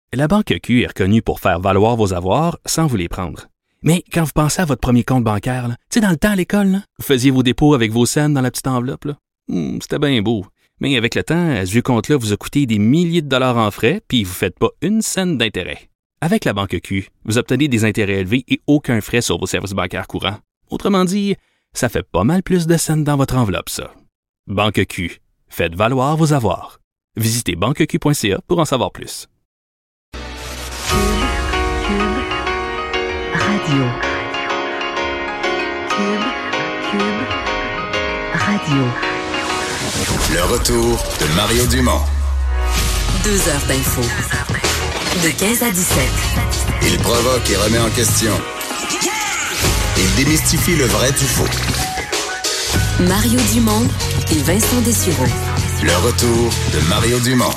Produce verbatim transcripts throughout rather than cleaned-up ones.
La Banque Q est reconnue pour faire valoir vos avoirs sans vous les prendre. Mais quand vous pensez à votre premier compte bancaire, tu sais, dans le temps à l'école, là, vous faisiez vos dépôts avec vos scènes dans la petite enveloppe. Là. Hum, c'était bien beau. Mais avec le temps, ce vieux compte-là vous a coûté des milliers de dollars en frais, puis vous ne faites pas une scène d'intérêt. Avec la Banque Q, vous obtenez des intérêts élevés et aucun frais sur vos services bancaires courants. Autrement dit, ça fait pas mal plus de scènes dans votre enveloppe, ça. Banque Q. Faites valoir vos avoirs. Visitez banque q point c a pour en savoir plus. Cube Radio. Cube, Cube Radio. Le retour de Mario Dumont. Deux heures d'info. De quinze à dix-sept. Il provoque et remet en question. Il démystifie le vrai du faux. Mario Dumont et Vincent Dessureau. Le retour de Mario Dumont.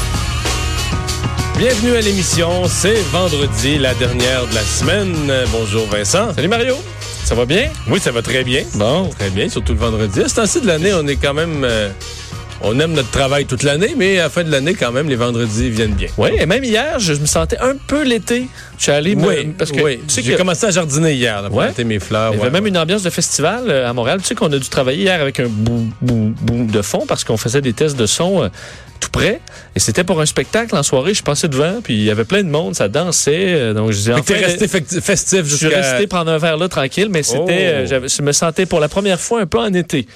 Bienvenue à l'émission, c'est vendredi, la dernière de la semaine. Bonjour Vincent. Salut Mario. Ça va bien? Oui, ça va très bien. Bon, très bien, surtout le vendredi. À ce temps-ci de l'année, on est quand même... Euh, on aime notre travail toute l'année, mais à la fin de l'année, quand même, les vendredis viennent bien. Oui, et même hier, je me sentais un peu l'été. Je suis allé... Oui, me, parce que, oui. Tu sais J'ai que, commencé à jardiner hier, là, pour ouais. planter mes fleurs. Il y ouais, avait même ouais. une ambiance de festival à Montréal. Tu sais qu'on a dû travailler hier avec un boum, boum, boum de fond parce qu'on faisait des tests de son... Euh, tout près, et c'était pour un spectacle en soirée. Je passais devant, puis il y avait plein de monde, ça dansait. Donc je disais, Fait enfin, que t'es resté fe- festif je jusqu'à... suis resté prendre un verre là tranquille, mais c'était, Oh. euh, j'avais, je me sentais pour la première fois un peu en été.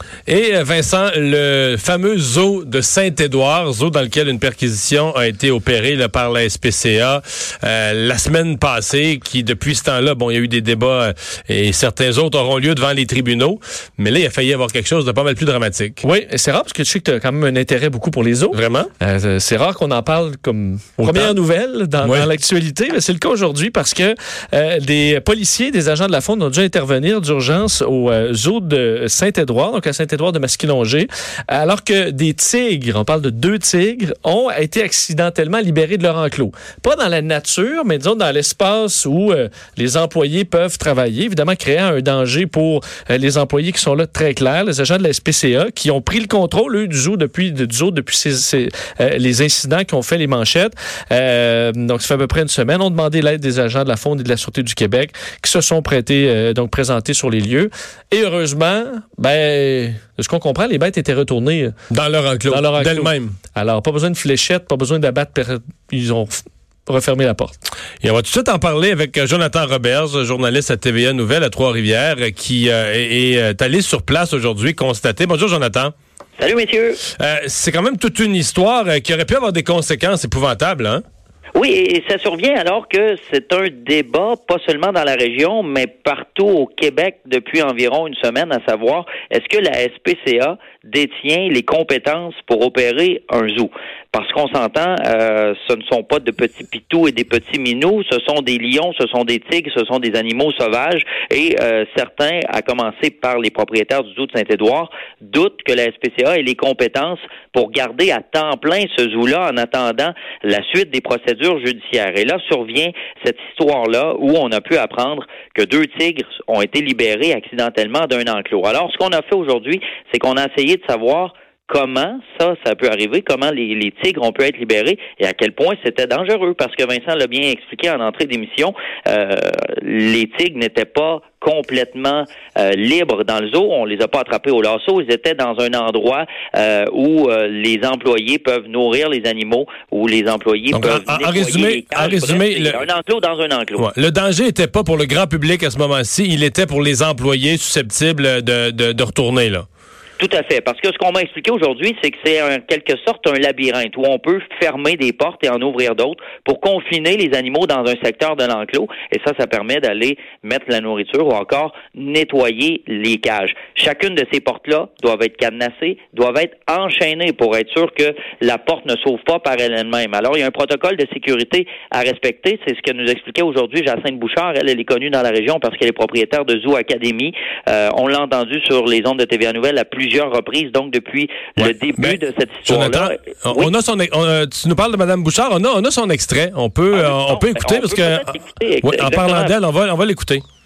Et Vincent, le fameux zoo de Saint-Édouard, zoo dans lequel une perquisition a été opérée là, par la S P C A euh, la semaine passée, qui depuis ce temps-là, bon, il y a eu des débats euh, et certains autres auront lieu devant les tribunaux, mais là, il a failli y avoir quelque chose de pas mal plus dramatique. Oui, et c'est rare parce que je sais que tu as quand même un intérêt beaucoup pour les zoos. Vraiment? Euh, c'est rare qu'on en parle comme Autant. Première nouvelle dans, Oui. dans l'actualité, mais c'est le cas aujourd'hui parce que euh, des policiers, des agents de la Faune ont dû intervenir d'urgence au euh, zoo de Saint-Édouard, donc à Saint-Édouard de Masquilongé, alors que des tigres, on parle de deux tigres, ont été accidentellement libérés de leur enclos. Pas dans la nature, mais disons dans l'espace où euh, les employés peuvent travailler, évidemment créant un danger pour euh, les employés qui sont là très clairs, les agents de la S P C A qui ont pris le contrôle, eux, du zoo depuis, du zoo depuis ces, ces, euh, les incidents qui ont fait les manchettes. Euh, donc, ça fait à peu près une semaine. On a demandé l'aide des agents de la Faune et de la Sûreté du Québec qui se sont prêtés, euh, donc présentés sur les lieux. Et heureusement, ben, de ce qu'on comprend, les bêtes étaient retournées Dans leur enclos, dans leur enclos. d'elles-mêmes. Alors, pas besoin de fléchettes, pas besoin d'abattre. Per... Ils ont f- refermé la porte. Et on va tout de suite en parler avec Jonathan Roberge, journaliste à T V A Nouvelles à Trois-Rivières, qui euh, est, est allé sur place aujourd'hui constater. Bonjour Jonathan. Salut, messieurs. Euh, c'est quand même toute une histoire euh, qui aurait pu avoir des conséquences épouvantables, hein? Oui, et ça survient alors que c'est un débat, pas seulement dans la région, mais partout au Québec depuis environ une semaine, à savoir, est-ce que la S P C A détient les compétences pour opérer un zoo? Parce qu'on s'entend, euh, ce ne sont pas de petits pitous et des petits minous, ce sont des lions, ce sont des tigres, ce sont des animaux sauvages, et euh, certains, à commencer par les propriétaires du zoo de Saint-Édouard, doutent que la S P C A ait les compétences pour garder à temps plein ce zoo-là en attendant la suite des procédures judiciaires. Et là survient cette histoire-là où on a pu apprendre que deux tigres ont été libérés accidentellement d'un enclos. Alors, ce qu'on a fait aujourd'hui, c'est qu'on a essayé de savoir comment ça, ça peut arriver, comment les, les tigres ont pu être libérés et à quel point c'était dangereux. Parce que Vincent l'a bien expliqué en entrée d'émission, euh, les tigres n'étaient pas complètement euh, libres dans le zoo. On les a pas attrapés au lasso. Ils étaient dans un endroit euh, où euh, les employés peuvent nourrir les animaux, où les employés Donc, peuvent en, en nettoyer résumé, les cages. en résumé, Bref, le, un enclos dans un enclos. ouais, le danger n'était pas pour le grand public à ce moment-ci, il était pour les employés susceptibles de, de, de retourner, là. Tout à fait, parce que ce qu'on m'a expliqué aujourd'hui, c'est que c'est en quelque sorte un labyrinthe où on peut fermer des portes et en ouvrir d'autres pour confiner les animaux dans un secteur de l'enclos, et ça, ça permet d'aller mettre la nourriture ou encore nettoyer les cages. Chacune de ces portes-là doivent être cadenassées, doivent être enchaînées pour être sûr que la porte ne s'ouvre pas par elle-même. Alors, il y a un protocole de sécurité à respecter, c'est ce que nous expliquait aujourd'hui Jacinthe Bouchard. Elle, elle est connue dans la région parce qu'elle est propriétaire de Zoo Academy. Euh, on l'a entendu sur les ondes de T V A Nouvelles à plusieurs reprises, donc depuis ouais. le début Mais, de cette histoire-là. Jonathan, Oui. on a son, on, tu nous parles de Mme Bouchard, on a, on a son extrait. On peut, Ah, euh, on non, peut écouter on parce peut que, peut-être écouter, ouais, en exactement. parlant d'elle, on va, on va l'écouter.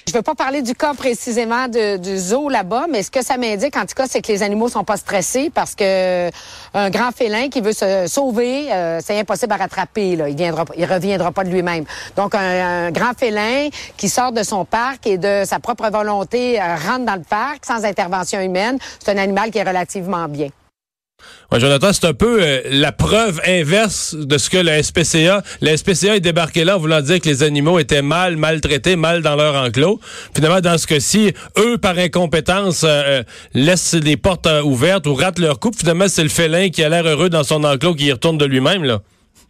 je veux pas parler du cas précisément de, du zoo là-bas, mais ce que ça m'indique, en tout cas, c'est que les animaux sont pas stressés parce que un grand félin qui veut se sauver, euh, c'est impossible à rattraper. Là. Il viendra, il reviendra pas de lui-même. Donc, un, un grand félin qui sort de son parc et de sa propre volonté euh, rentre dans le parc sans intervention humaine, c'est un animal qui est relativement bien. Ouais, Jonathan, c'est un peu euh, la preuve inverse de ce que le S P C A... Le S P C A est débarqué là en voulant dire que les animaux étaient mal, maltraités, mal dans leur enclos. Finalement, dans ce cas-ci, eux, par incompétence, euh, laissent les portes euh, ouvertes ou ratent leur coupe. Finalement, c'est le félin qui a l'air heureux dans son enclos qui y retourne de lui-même, là.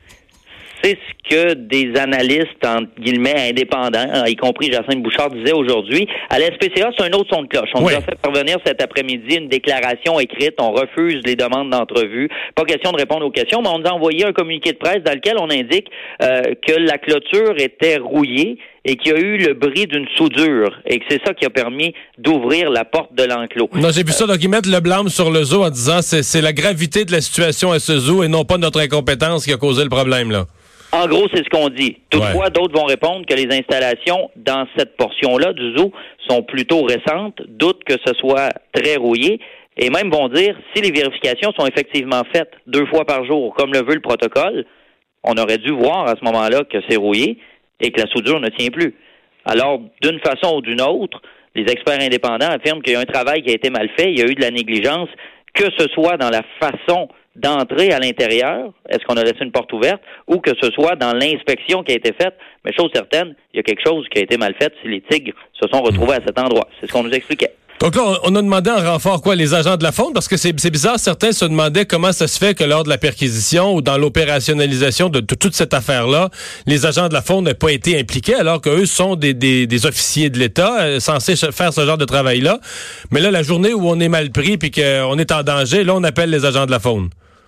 C'est ce que des analystes, entre guillemets, indépendants, y compris Jacinthe Bouchard, disaient aujourd'hui. À la S P C A, c'est un autre son de cloche. On oui. nous a fait parvenir cet après-midi une déclaration écrite. On refuse les demandes d'entrevue. Pas question de répondre aux questions, mais on nous a envoyé un communiqué de presse dans lequel on indique euh, que la clôture était rouillée et qu'il y a eu le bris d'une soudure et que c'est ça qui a permis d'ouvrir la porte de l'enclos. Non, j'ai vu ça, donc ils mettent le blâme sur le zoo en disant c'est c'est la gravité de la situation à ce zoo et non pas notre incompétence qui a causé le problème, là. En gros, c'est ce qu'on dit. Toutefois, ouais. d'autres vont répondre que les installations dans cette portion-là du zoo sont plutôt récentes, doutent que ce soit très rouillé, et même vont dire, si les vérifications sont effectivement faites deux fois par jour, comme le veut le protocole, on aurait dû voir à ce moment-là que c'est rouillé et que la soudure ne tient plus. Alors, d'une façon ou d'une autre, les experts indépendants affirment qu'il y a un travail qui a été mal fait, il y a eu de la négligence, que ce soit dans la façon d'entrer à l'intérieur, est-ce qu'on a laissé une porte ouverte, ou que ce soit dans l'inspection qui a été faite, mais chose certaine, il y a quelque chose qui a été mal fait si les tigres se sont retrouvés à cet endroit. C'est ce qu'on nous expliquait. Donc là, on a demandé en renfort quoi, les agents de la faune, parce que c'est, c'est bizarre, certains se demandaient comment ça se fait que lors de la perquisition ou dans l'opérationnalisation de, de toute cette affaire-là, les agents de la faune n'aient pas été impliqués, alors qu'eux sont des, des, des officiers de l'État euh, censés faire ce genre de travail-là. Mais là, la journée où on est mal pris puis qu'on est en danger, là, on appelle les agents de la faune.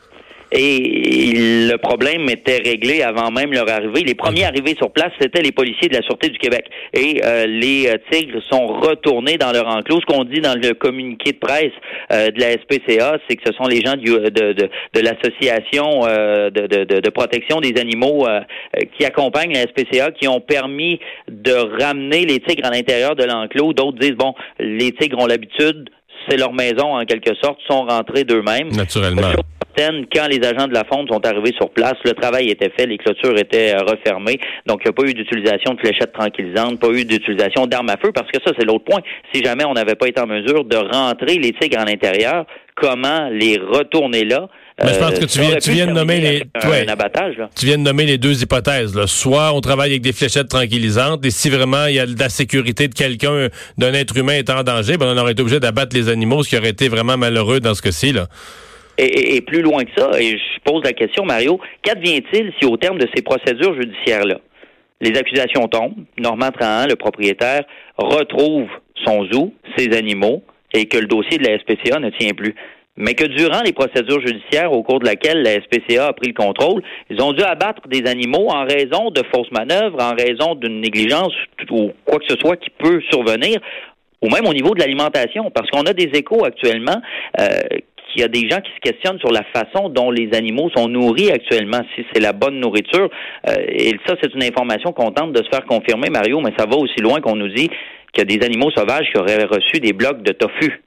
Et le problème était réglé avant même leur arrivée. Les premiers arrivés sur place, c'était les policiers de la Sûreté du Québec. Et euh, les euh, tigres sont retournés dans leur enclos. Ce qu'on dit dans le communiqué de presse euh, de la S P C A, c'est que ce sont les gens du, de, de, de l'association euh, de, de, de protection des animaux euh, qui accompagnent la S P C A, qui ont permis de ramener les tigres à l'intérieur de l'enclos. D'autres disent, bon, les tigres ont l'habitude, c'est leur maison en quelque sorte, sont rentrés d'eux-mêmes. Naturellement. Quand les agents de la faune sont arrivés sur place, le travail était fait, les clôtures étaient euh, refermées, donc il n'y a pas eu d'utilisation de fléchettes tranquillisantes, pas eu d'utilisation d'armes à feu, parce que ça, c'est l'autre point. Si jamais on n'avait pas été en mesure de rentrer les tigres à l'intérieur, comment les retourner là? Mais je pense que tu viens, tu viens de nommer les, un, ouais, un abattage, là. Tu viens de nommer les deux hypothèses, là. Soit on travaille avec des fléchettes tranquillisantes, et si vraiment il y a de la sécurité de quelqu'un, d'un être humain est en danger, ben on aurait été obligé d'abattre les animaux, ce qui aurait été vraiment malheureux dans ce cas-ci, là. Et, et, et plus loin que ça, et je pose la question, Mario, qu'advient-il si au terme de ces procédures judiciaires-là, les accusations tombent, Normand Trahan, le propriétaire, retrouve son zoo, ses animaux, et que le dossier de la S P C A ne tient plus? Mais que durant les procédures judiciaires au cours de laquelle la S P C A a pris le contrôle, ils ont dû abattre des animaux en raison de fausses manœuvres, en raison d'une négligence ou quoi que ce soit qui peut survenir, ou même au niveau de l'alimentation, parce qu'on a des échos actuellement euh, qu'il y a des gens qui se questionnent sur la façon dont les animaux sont nourris actuellement, si c'est la bonne nourriture. Euh, et ça, c'est une information qu'on tente de se faire confirmer, Mario, mais ça va aussi loin qu'on nous dit qu'il y a des animaux sauvages qui auraient reçu des blocs de tofu.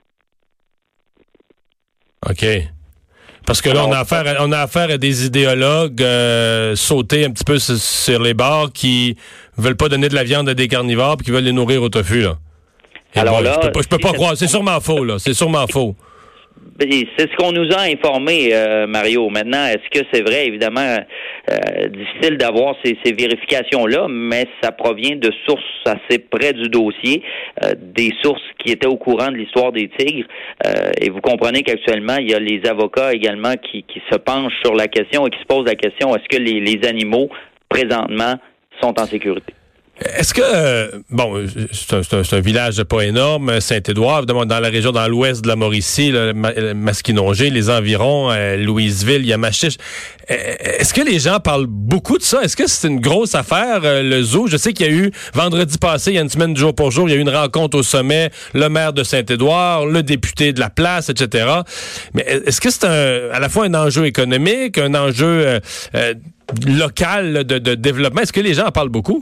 OK. Parce que là, Alors, on a affaire à, on a affaire à des idéologues euh, sautés un petit peu sur, sur les bords qui veulent pas donner de la viande à des carnivores puis qui veulent les nourrir au tofu, là. Et Alors bon, là... Je peux pas, je peux pas croire. C'est sûrement faux, là. C'est sûrement faux. C'est ce qu'on nous a informé, euh, Mario. Maintenant, est-ce que c'est vrai? Évidemment, euh, difficile d'avoir ces, ces vérifications-là, mais ça provient de sources assez près du dossier, euh, des sources qui étaient au courant de l'histoire des tigres. Euh, et vous comprenez qu'actuellement, il y a les avocats également qui, qui se penchent sur la question et qui se posent la question, est-ce que les, les animaux, présentement, sont en sécurité? Est-ce que, euh, bon, c'est un, c'est, un, c'est un village pas énorme, Saint-Édouard, évidemment, dans la région, dans l'ouest de la Mauricie, là, Masquinongé, les environs, euh, Louisville, Yamachiche. Est-ce que les gens parlent beaucoup de ça? Est-ce que c'est une grosse affaire, euh, le zoo? Je sais qu'il y a eu, vendredi passé, il y a une semaine de jour pour jour, il y a eu une rencontre au sommet, le maire de Saint-Édouard, le député de la place, et cetera. Mais est-ce que c'est un, à la fois un enjeu économique, un enjeu euh, euh, local de, de développement? Est-ce que les gens en parlent beaucoup?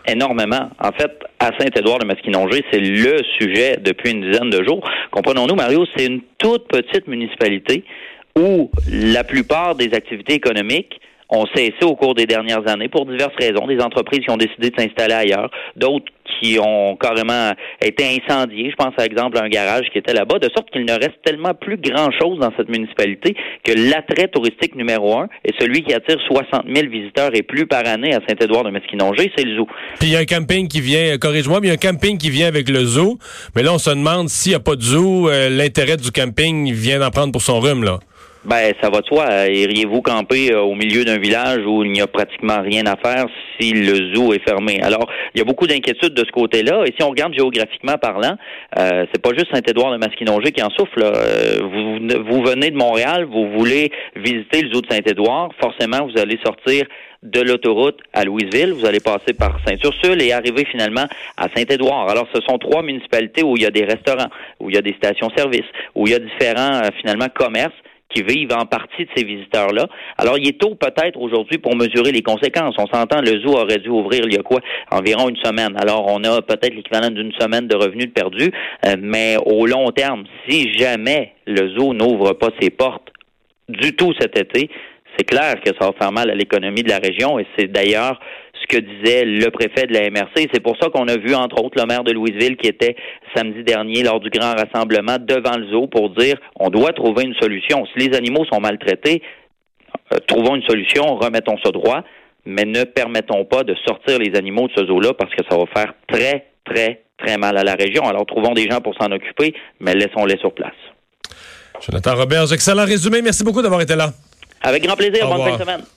Énormément. En fait, à Saint-Édouard-de-Maskinongé, c'est le sujet depuis une dizaine de jours. Comprenons-nous, Mario, c'est une toute petite municipalité où la plupart des activités économiques ont cessé au cours des dernières années pour diverses raisons. Des entreprises qui ont décidé de s'installer ailleurs, d'autres qui ont carrément été incendiées. Je pense, par exemple, à un garage qui était là-bas, de sorte qu'il ne reste tellement plus grand-chose dans cette municipalité que l'attrait touristique numéro un est celui qui attire soixante mille visiteurs et plus par année à Saint-Édouard-de-Maskinongé, c'est le zoo. Puis il y a un camping qui vient, corrige-moi, mais il y a un camping qui vient avec le zoo. Mais là, on se demande s'il n'y a pas de zoo, euh, l'intérêt du camping vient d'en prendre pour son rhume, là. Ben, ça va de soi. Iriez-vous camper euh, au milieu d'un village où il n'y a pratiquement rien à faire si le zoo est fermé? Alors, il y a beaucoup d'inquiétudes de ce côté-là. Et si on regarde géographiquement parlant, euh, c'est pas juste Saint-Édouard-de-Maskinongé qui en souffre, là. Euh, vous, vous venez de Montréal, vous voulez visiter le zoo de Saint-Édouard, forcément, vous allez sortir de l'autoroute à Louisville, vous allez passer par Saint-Ursule et arriver finalement à Saint-Édouard. Alors, ce sont trois municipalités où il y a des restaurants, où il y a des stations-service, où il y a différents, euh, finalement, commerces qui vivent en partie de ces visiteurs-là. Alors, il est tôt peut-être aujourd'hui pour mesurer les conséquences. On s'entend, le zoo aurait dû ouvrir il y a quoi? Environ une semaine. Alors, on a peut-être l'équivalent d'une semaine de revenus de perdus, euh, mais au long terme, si jamais le zoo n'ouvre pas ses portes du tout cet été, c'est clair que ça va faire mal à l'économie de la région et c'est d'ailleurs ce que disait le préfet de la M R C. C'est pour ça qu'on a vu, entre autres, le maire de Louisville qui était samedi dernier lors du grand rassemblement devant le zoo pour dire on doit trouver une solution. Si les animaux sont maltraités, euh, trouvons une solution, remettons ça droit, mais ne permettons pas de sortir les animaux de ce zoo-là parce que ça va faire très, très, très mal à la région. Alors, trouvons des gens pour s'en occuper, mais laissons-les sur place. Jonathan Roberge, excellent résumé. Merci beaucoup d'avoir été là. Avec grand plaisir. Bonne fin de semaine.